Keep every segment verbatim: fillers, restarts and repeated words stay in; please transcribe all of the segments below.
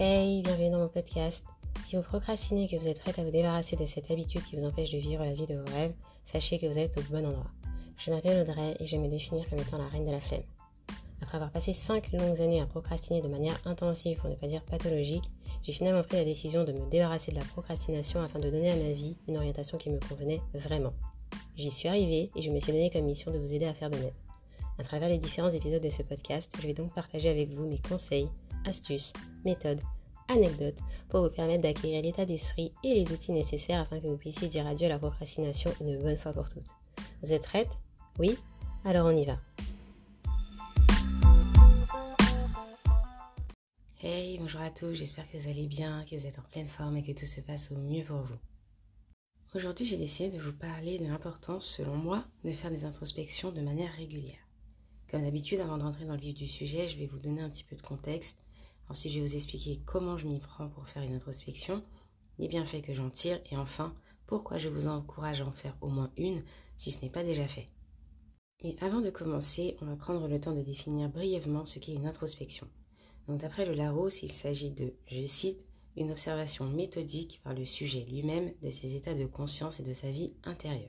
Hey, bienvenue dans mon podcast. Si vous procrastinez et que vous êtes prête à vous débarrasser de cette habitude qui vous empêche de vivre la vie de vos rêves, sachez que vous êtes au bon endroit. Je m'appelle Audrey et je vais me définir comme étant la reine de la flemme. Après avoir passé cinq longues années à procrastiner de manière intensive, pour ne pas dire pathologique, j'ai finalement pris la décision de me débarrasser de la procrastination afin de donner à ma vie une orientation qui me convenait vraiment. J'y suis arrivée et je me suis donné comme mission de vous aider à faire de même. À travers les différents épisodes de ce podcast, je vais donc partager avec vous mes conseils, astuces, méthodes, anecdotes pour vous permettre d'acquérir l'état d'esprit et les outils nécessaires afin que vous puissiez dire adieu à la procrastination une bonne fois pour toutes. Vous êtes prêtes ? Oui ? Alors on y va. Hey, bonjour à tous, j'espère que vous allez bien, que vous êtes en pleine forme et que tout se passe au mieux pour vous. Aujourd'hui, j'ai décidé de vous parler de l'importance, selon moi, de faire des introspections de manière régulière. Comme d'habitude, avant de rentrer dans le vif du sujet, je vais vous donner un petit peu de contexte. Ensuite, je vais vous expliquer comment je m'y prends pour faire une introspection, les bienfaits que j'en tire et enfin, pourquoi je vous encourage à en faire au moins une si ce n'est pas déjà fait. Mais avant de commencer, on va prendre le temps de définir brièvement ce qu'est une introspection. Donc d'après le Larousse, il s'agit de, je cite, une observation méthodique par le sujet lui-même de ses états de conscience et de sa vie intérieure.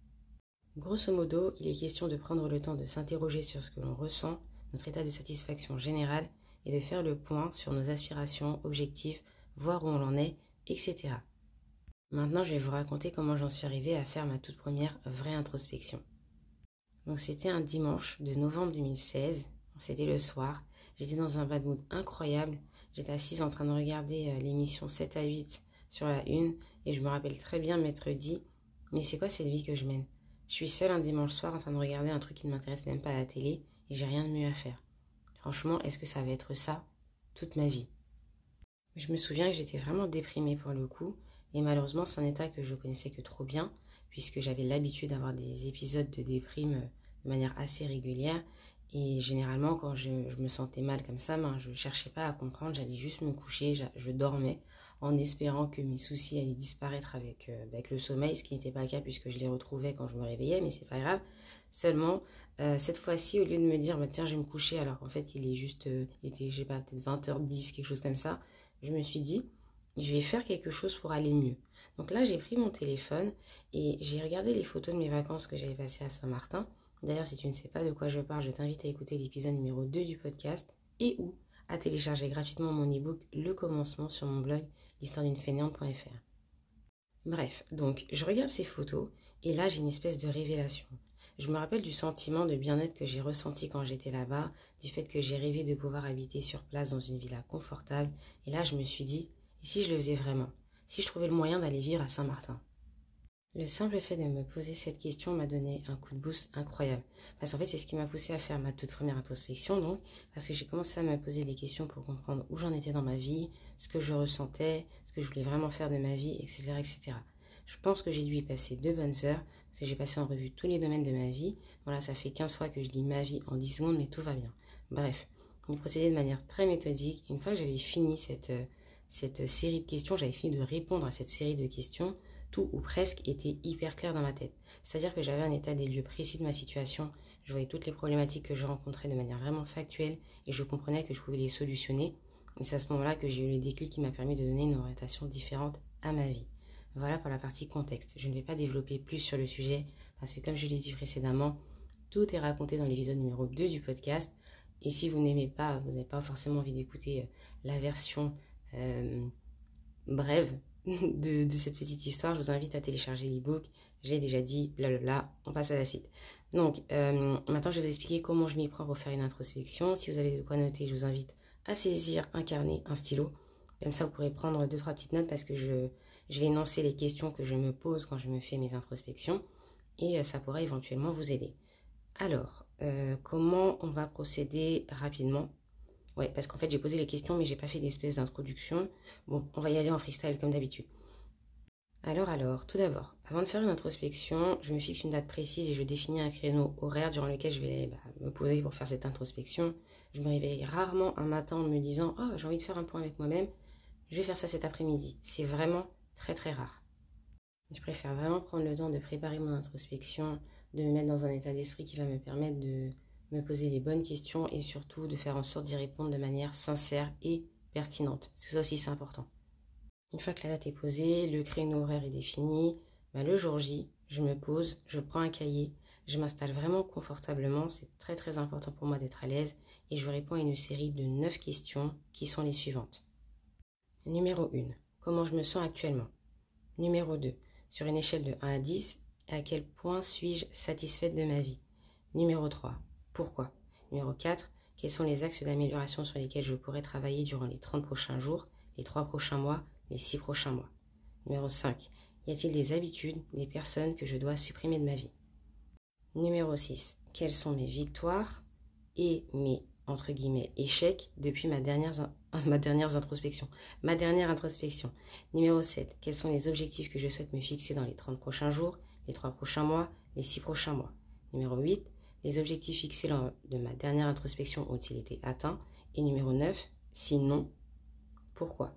Grosso modo, il est question de prendre le temps de s'interroger sur ce que l'on ressent, notre état de satisfaction général et de faire le point sur nos aspirations, objectifs, voir où on en est, et cetera. Maintenant, je vais vous raconter comment j'en suis arrivée à faire ma toute première vraie introspection. Donc c'était un dimanche de novembre deux mille seize, c'était le soir, j'étais dans un bad mood incroyable, j'étais assise en train de regarder l'émission sept à huit sur la une et je me rappelle très bien m'être dit « mais c'est quoi cette vie que je mène ?» Je suis seule un dimanche soir en train de regarder un truc qui ne m'intéresse même pas à la télé et j'ai rien de mieux à faire. Franchement, est-ce que ça va être ça toute ma vie ? Je me souviens que j'étais vraiment déprimée pour le coup et malheureusement c'est un état que je connaissais que trop bien puisque j'avais l'habitude d'avoir des épisodes de déprime de manière assez régulière et généralement quand je, je me sentais mal comme ça, ben, je ne cherchais pas à comprendre, j'allais juste me coucher, je, je dormais en espérant que mes soucis allaient disparaître avec, euh, avec le sommeil, ce qui n'était pas le cas puisque je les retrouvais quand je me réveillais, mais c'est pas grave. Seulement, euh, cette fois-ci, au lieu de me dire bah, tiens je vais me coucher alors qu'en fait il est juste, euh, il était je sais pas, peut-être vingt heures dix, quelque chose comme ça, je me suis dit je vais faire quelque chose pour aller mieux. Donc là j'ai pris mon téléphone et j'ai regardé les photos de mes vacances que j'avais passées à Saint-Martin. D'ailleurs, si tu ne sais pas de quoi je parle, je t'invite à écouter l'épisode numéro deux du podcast et ou à télécharger gratuitement mon e-book Le Commencement sur mon blog l'histoire d'une fainéante point f r. Bref, donc je regarde ces photos et là j'ai une espèce de révélation. Je me rappelle du sentiment de bien-être que j'ai ressenti quand j'étais là-bas, du fait que j'ai rêvé de pouvoir habiter sur place dans une villa confortable et là je me suis dit, et si je le faisais vraiment ? Si je trouvais le moyen d'aller vivre à Saint-Martin ? Le simple fait de me poser cette question m'a donné un coup de boost incroyable. Parce qu'en fait, c'est ce qui m'a poussé à faire ma toute première introspection, donc, parce que j'ai commencé à me poser des questions pour comprendre où j'en étais dans ma vie, ce que je ressentais, ce que je voulais vraiment faire de ma vie, et cetera, et cetera. Je pense que j'ai dû y passer deux bonnes heures, parce que j'ai passé en revue tous les domaines de ma vie. Voilà, ça fait quinze fois que je lis ma vie en dix secondes, mais tout va bien. Bref, j'ai procédé de manière très méthodique. Une fois que j'avais fini cette, cette série de questions, j'avais fini de répondre à cette série de questions, tout ou presque était hyper clair dans ma tête. C'est-à-dire que j'avais un état des lieux précis de ma situation, je voyais toutes les problématiques que je rencontrais de manière vraiment factuelle et je comprenais que je pouvais les solutionner. Et c'est à ce moment-là que j'ai eu le déclic qui m'a permis de donner une orientation différente à ma vie. Voilà pour la partie contexte. Je ne vais pas développer plus sur le sujet parce que comme je l'ai dit précédemment, tout est raconté dans l'épisode numéro deux du podcast. Et si vous n'aimez pas, vous n'avez pas forcément envie d'écouter la version euh, brève, De, de cette petite histoire, je vous invite à télécharger l'e-book. J'ai déjà dit, blablabla, on passe à la suite. Donc, euh, maintenant, je vais vous expliquer comment je m'y prends pour faire une introspection. Si vous avez de quoi noter, je vous invite à saisir un carnet, un stylo. Comme ça, vous pourrez prendre deux, trois petites notes parce que je, je vais énoncer les questions que je me pose quand je me fais mes introspections et euh, ça pourrait éventuellement vous aider. Alors, euh, comment on va procéder rapidement ? Ouais, parce qu'en fait, j'ai posé les questions, mais j'ai pas fait d'espèce d'introduction. Bon, on va y aller en freestyle comme d'habitude. Alors, alors, tout d'abord, avant de faire une introspection, je me fixe une date précise et je définis un créneau horaire durant lequel je vais bah, me poser pour faire cette introspection. Je me réveille rarement un matin en me disant « Oh, j'ai envie de faire un point avec moi-même. Je vais faire ça cet après-midi. » C'est vraiment très très rare. Je préfère vraiment prendre le temps de préparer mon introspection, de me mettre dans un état d'esprit qui va me permettre de me poser les bonnes questions et surtout de faire en sorte d'y répondre de manière sincère et pertinente. Parce que ça aussi, c'est important. Une fois que la date est posée, le créneau horaire est défini, ben le jour J, je me pose, je prends un cahier, je m'installe vraiment confortablement, c'est très très important pour moi d'être à l'aise, et je réponds à une série de neuf questions qui sont les suivantes. Numéro un. Comment je me sens actuellement? Numéro deux. Sur une échelle de un à dix, à quel point suis-je satisfaite de ma vie? Numéro trois. Pourquoi? Numéro quatre. Quels sont les axes d'amélioration sur lesquels je pourrais travailler durant les trente prochains jours, les trois prochains mois, les six prochains mois? Numéro cinq. Y a-t-il des habitudes, des personnes que je dois supprimer de ma vie? Numéro six. Quelles sont mes victoires et mes, entre guillemets, échecs depuis ma dernière, ma dernière introspection Ma dernière introspection. Numéro sept. Quels sont les objectifs que je souhaite me fixer dans les trente prochains jours, les trois prochains mois, les six prochains mois? Numéro huit. Les objectifs fixés lors de ma dernière introspection ont-ils été atteints? Et numéro neuf. Si non, pourquoi?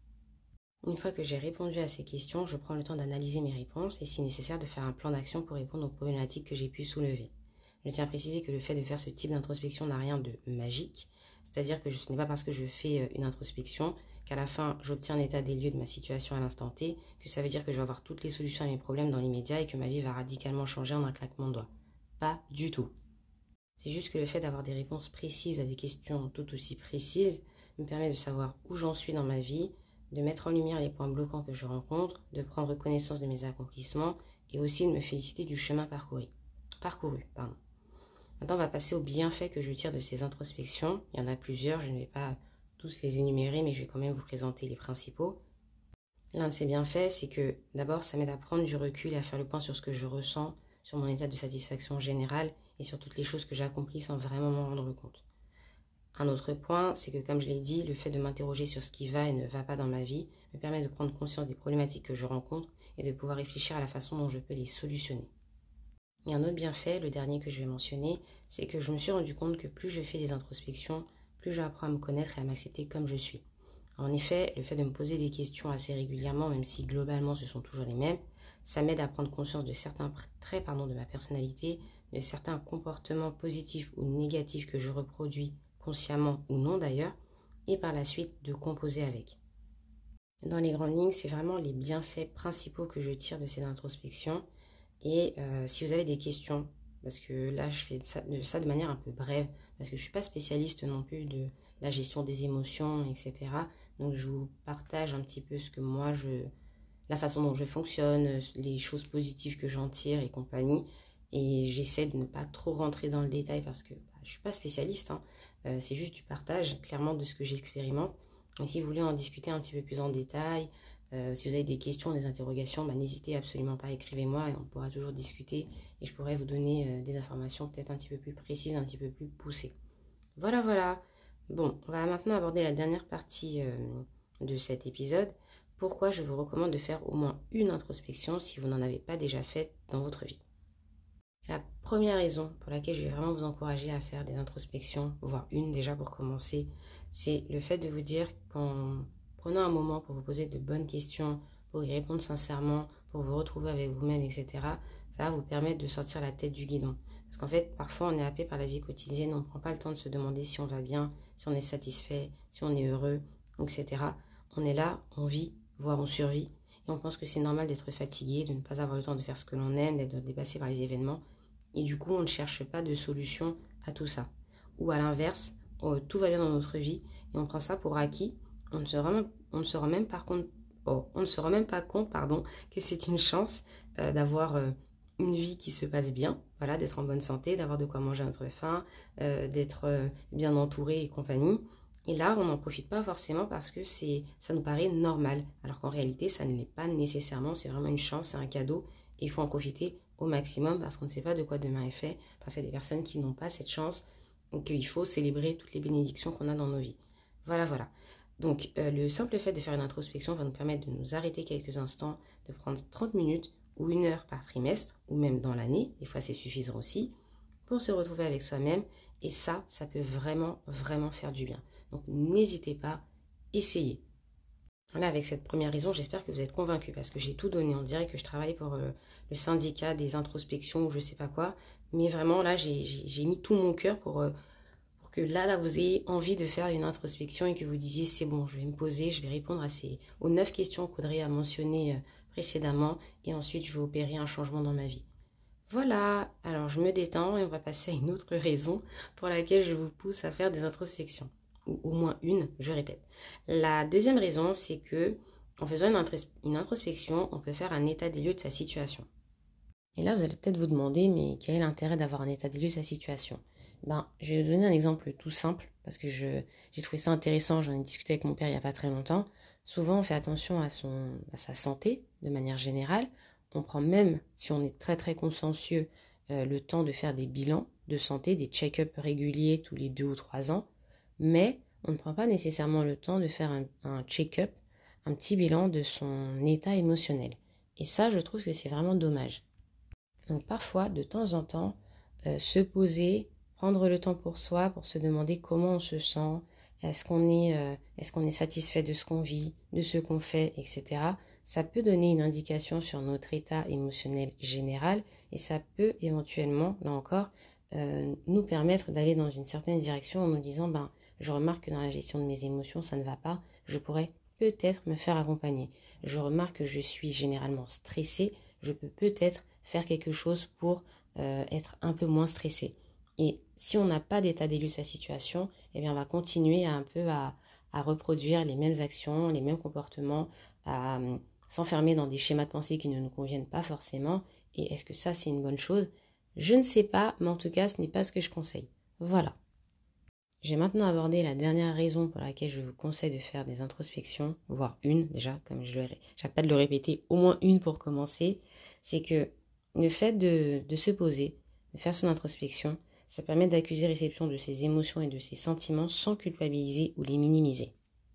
Une fois que j'ai répondu à ces questions, je prends le temps d'analyser mes réponses et si nécessaire de faire un plan d'action pour répondre aux problématiques que j'ai pu soulever. Je tiens à préciser que le fait de faire ce type d'introspection n'a rien de magique, c'est-à-dire que ce n'est pas parce que je fais une introspection qu'à la fin j'obtiens un état des lieux de ma situation à l'instant T, que ça veut dire que je vais avoir toutes les solutions à mes problèmes dans l'immédiat et que ma vie va radicalement changer en un claquement de doigts. Pas du tout. C'est juste que le fait d'avoir des réponses précises à des questions tout aussi précises me permet de savoir où j'en suis dans ma vie, de mettre en lumière les points bloquants que je rencontre, de prendre connaissance de mes accomplissements et aussi de me féliciter du chemin parcouru. Parcouru, pardon. Maintenant, on va passer aux bienfaits que je tire de ces introspections. Il y en a plusieurs, je ne vais pas tous les énumérer, mais je vais quand même vous présenter les principaux. L'un de ces bienfaits, c'est que d'abord, ça m'aide à prendre du recul et à faire le point sur ce que je ressens, sur mon état de satisfaction générale et sur toutes les choses que j'accomplis sans vraiment m'en rendre compte. Un autre point, c'est que comme je l'ai dit, le fait de m'interroger sur ce qui va et ne va pas dans ma vie me permet de prendre conscience des problématiques que je rencontre et de pouvoir réfléchir à la façon dont je peux les solutionner. Et un autre bienfait, le dernier que je vais mentionner, c'est que je me suis rendu compte que plus je fais des introspections, plus j'apprends à me connaître et à m'accepter comme je suis. En effet, le fait de me poser des questions assez régulièrement, même si globalement ce sont toujours les mêmes, ça m'aide à prendre conscience de certains traits pardon, de ma personnalité, de certains comportements positifs ou négatifs que je reproduis consciemment ou non d'ailleurs, et par la suite de composer avec. Dans les grandes lignes, c'est vraiment les bienfaits principaux que je tire de ces introspections. Et euh, si vous avez des questions, parce que là je fais ça de, ça de manière un peu brève, parce que je ne suis pas spécialiste non plus de la gestion des émotions, et cetera. Donc je vous partage un petit peu ce que moi je, la façon dont je fonctionne, les choses positives que j'en tire et compagnie. Et j'essaie de ne pas trop rentrer dans le détail parce que bah, je ne suis pas spécialiste, hein. euh, c'est juste du partage clairement de ce que j'expérimente. Et si vous voulez en discuter un petit peu plus en détail, euh, si vous avez des questions, des interrogations, bah, n'hésitez absolument pas, écrivez-moi et on pourra toujours discuter et je pourrai vous donner euh, des informations peut-être un petit peu plus précises, un petit peu plus poussées. Voilà, voilà. Bon, on va maintenant aborder la dernière partie euh, de cet épisode. Pourquoi je vous recommande de faire au moins une introspection si vous n'en avez pas déjà faite dans votre vie. La première raison pour laquelle je vais vraiment vous encourager à faire des introspections, voire une déjà pour commencer, c'est le fait de vous dire qu'en prenant un moment pour vous poser de bonnes questions, pour y répondre sincèrement, pour vous retrouver avec vous-même, et cetera, ça va vous permettre de sortir la tête du guidon. Parce qu'en fait, parfois on est happé par la vie quotidienne, on ne prend pas le temps de se demander si on va bien, si on est satisfait, si on est heureux, et cetera. On est là, on vit, voire on survit, et on pense que c'est normal d'être fatigué, de ne pas avoir le temps de faire ce que l'on aime, d'être dépassé par les événements. Et du coup, on ne cherche pas de solution à tout ça. Ou à l'inverse, oh, tout va bien dans notre vie et on prend ça pour acquis. On ne se rend même, on ne se rend même, par compte, oh, on ne se rend même pas compte pardon, que c'est une chance euh, d'avoir euh, une vie qui se passe bien, voilà, d'être en bonne santé, d'avoir de quoi manger à notre faim, euh, d'être euh, bien entouré et compagnie. Et là, on n'en profite pas forcément parce que c'est, ça nous paraît normal. Alors qu'en réalité, ça ne l'est pas nécessairement. C'est vraiment une chance, c'est un cadeau et il faut en profiter au maximum parce qu'on ne sait pas de quoi demain est fait, parce qu'il y a des personnes qui n'ont pas cette chance, donc il faut célébrer toutes les bénédictions qu'on a dans nos vies. Voilà, voilà. Donc euh, le simple fait de faire une introspection va nous permettre de nous arrêter quelques instants, de prendre trente minutes ou une heure par trimestre, ou même dans l'année, des fois c'est suffisant aussi, pour se retrouver avec soi-même, et ça, ça peut vraiment, vraiment faire du bien. Donc n'hésitez pas, essayez. Là, avec cette première raison, j'espère que vous êtes convaincus parce que j'ai tout donné. On dirait que je travaille pour euh, le syndicat des introspections ou je sais pas quoi. Mais vraiment, là, j'ai, j'ai, j'ai mis tout mon cœur pour, euh, pour que là, là, vous ayez envie de faire une introspection et que vous disiez c'est bon, je vais me poser, je vais répondre à ces, aux neuf questions qu'Audrey a mentionnées précédemment et ensuite je vais opérer un changement dans ma vie. Voilà, alors je me détends et on va passer à une autre raison pour laquelle je vous pousse à faire des introspections. Ou au moins une, je répète. La deuxième raison, c'est que en faisant une, intros- une introspection, on peut faire un état des lieux de sa situation. Et là, vous allez peut-être vous demander, mais quel est l'intérêt d'avoir un état des lieux de sa situation? Ben, je vais vous donner un exemple tout simple, parce que je, j'ai trouvé ça intéressant, j'en ai discuté avec mon père il n'y a pas très longtemps. Souvent, on fait attention à, son, à sa santé, de manière générale. On prend même, si on est très très consciencieux, euh, le temps de faire des bilans de santé, des check-ups réguliers tous les deux ou trois ans. Mais on ne prend pas nécessairement le temps de faire un, un check-up, un petit bilan de son état émotionnel. Et ça, je trouve que c'est vraiment dommage. Donc parfois, de temps en temps, euh, se poser, prendre le temps pour soi, pour se demander comment on se sent, est-ce qu'on est, euh, est-ce qu'on est satisfait de ce qu'on vit, de ce qu'on fait, et cetera. Ça peut donner une indication sur notre état émotionnel général et ça peut éventuellement, là encore, euh, nous permettre d'aller dans une certaine direction en nous disant, ben, je remarque que dans la gestion de mes émotions, ça ne va pas, je pourrais peut-être me faire accompagner. Je remarque que je suis généralement stressée, je peux peut-être faire quelque chose pour euh, être un peu moins stressé. Et si on n'a pas d'état des lieux de sa situation, eh bien on va continuer à, un peu à, à reproduire les mêmes actions, les mêmes comportements, à euh, s'enfermer dans des schémas de pensée qui ne nous conviennent pas forcément. Et est-ce que ça, c'est une bonne chose? Je ne sais pas, mais en tout cas, ce n'est pas ce que je conseille. Voilà. J'ai maintenant abordé la dernière raison pour laquelle je vous conseille de faire des introspections, voire une déjà, comme je n'arrête pas de le répéter, au moins une pour commencer, c'est que le fait de, de se poser, de faire son introspection, ça permet d'accuser réception de ses émotions et de ses sentiments sans culpabiliser ou les minimiser.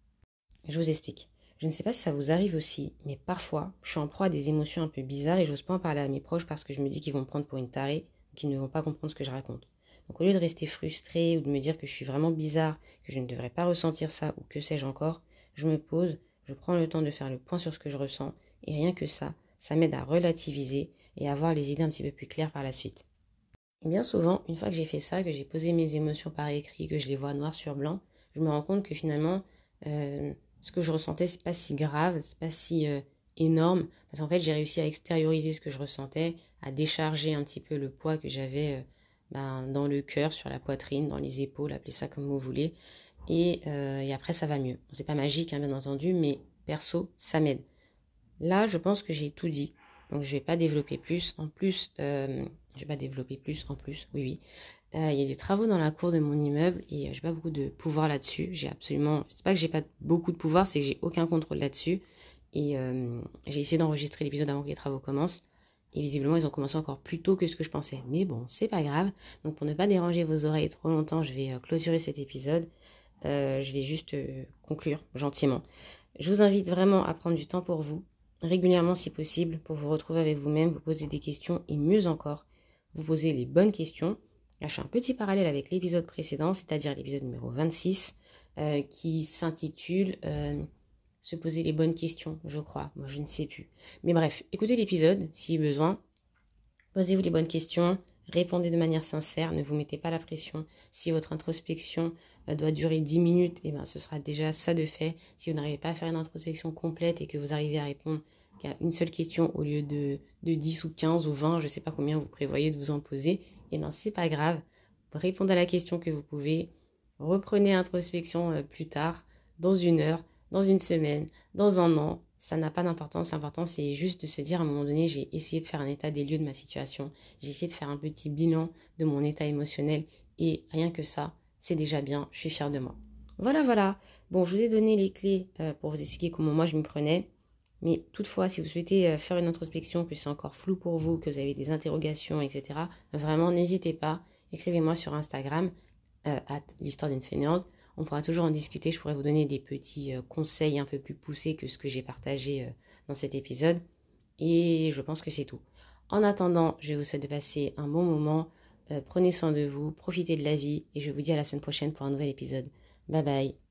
Je vous explique. Je ne sais pas si ça vous arrive aussi, mais parfois, je suis en proie à des émotions un peu bizarres et j'ose pas en parler à mes proches parce que je me dis qu'ils vont me prendre pour une tarée ou qu'ils ne vont pas comprendre ce que je raconte. Donc au lieu de rester frustrée ou de me dire que je suis vraiment bizarre, que je ne devrais pas ressentir ça ou que sais-je encore, je me pose, je prends le temps de faire le point sur ce que je ressens et rien que ça, ça m'aide à relativiser et à avoir les idées un petit peu plus claires par la suite. Et bien souvent, une fois que j'ai fait ça, que j'ai posé mes émotions par écrit, que je les vois noir sur blanc, je me rends compte que finalement, euh, ce que je ressentais, c'est pas si grave, c'est pas si euh, énorme, parce qu'en fait, j'ai réussi à extérioriser ce que je ressentais, à décharger un petit peu le poids que j'avais euh, ben, dans le cœur, sur la poitrine, dans les épaules, appelez ça comme vous voulez, et, euh, et après, ça va mieux. Bon, c'est pas magique, hein, bien entendu, mais perso, ça m'aide. Là, je pense que j'ai tout dit, donc je vais pas développer plus. En plus, euh, je vais pas développer plus, en plus, oui, oui. Euh, il y a des travaux dans la cour de mon immeuble et euh, j'ai pas beaucoup de pouvoir là-dessus. J'ai absolument, c'est pas que j'ai pas beaucoup de pouvoir, c'est que j'ai aucun contrôle là-dessus. Et euh, j'ai essayé d'enregistrer l'épisode avant que les travaux commencent. Et visiblement, ils ont commencé encore plus tôt que ce que je pensais. Mais bon, c'est pas grave. Donc pour ne pas déranger vos oreilles trop longtemps, je vais euh, clôturer cet épisode. Euh, je vais juste euh, conclure gentiment. Je vous invite vraiment à prendre du temps pour vous, régulièrement si possible, pour vous retrouver avec vous-même, vous poser des questions et mieux encore, vous poser les bonnes questions. Là, je fais un petit parallèle avec l'épisode précédent, c'est-à-dire l'épisode numéro vingt-six, euh, qui s'intitule euh, Se poser les bonnes questions, je crois. Moi, je ne sais plus. Mais bref, écoutez l'épisode si besoin. Posez-vous les bonnes questions, répondez de manière sincère, ne vous mettez pas la pression. Si votre introspection euh, doit durer dix minutes, eh ben, ce sera déjà ça de fait. Si vous n'arrivez pas à faire une introspection complète et que vous arrivez à répondre qu'à une seule question au lieu de, de dix ou quinze ou vingt, je ne sais pas combien vous prévoyez de vous en poser, eh ben, c'est pas grave. Répondez à la question que vous pouvez. Reprenez introspection euh, plus tard, dans une heure, dans une semaine, dans un an. Ça n'a pas d'importance. L'important, c'est juste de se dire, à un moment donné, j'ai essayé de faire un état des lieux de ma situation. J'ai essayé de faire un petit bilan de mon état émotionnel. Et rien que ça, c'est déjà bien. Je suis fière de moi. Voilà, voilà. Bon, je vous ai donné les clés euh, pour vous expliquer comment moi je m'y prenais. Mais toutefois, si vous souhaitez euh, faire une introspection, que c'est encore flou pour vous, que vous avez des interrogations, et cetera, vraiment, n'hésitez pas. Écrivez-moi sur Instagram, euh, at l'histoire d'une fainéante. On pourra toujours en discuter, je pourrais vous donner des petits euh, conseils un peu plus poussés que ce que j'ai partagé euh, dans cet épisode. Et je pense que c'est tout. En attendant, je vous souhaite de passer un bon moment. Euh, prenez soin de vous, profitez de la vie et je vous dis à la semaine prochaine pour un nouvel épisode. Bye bye.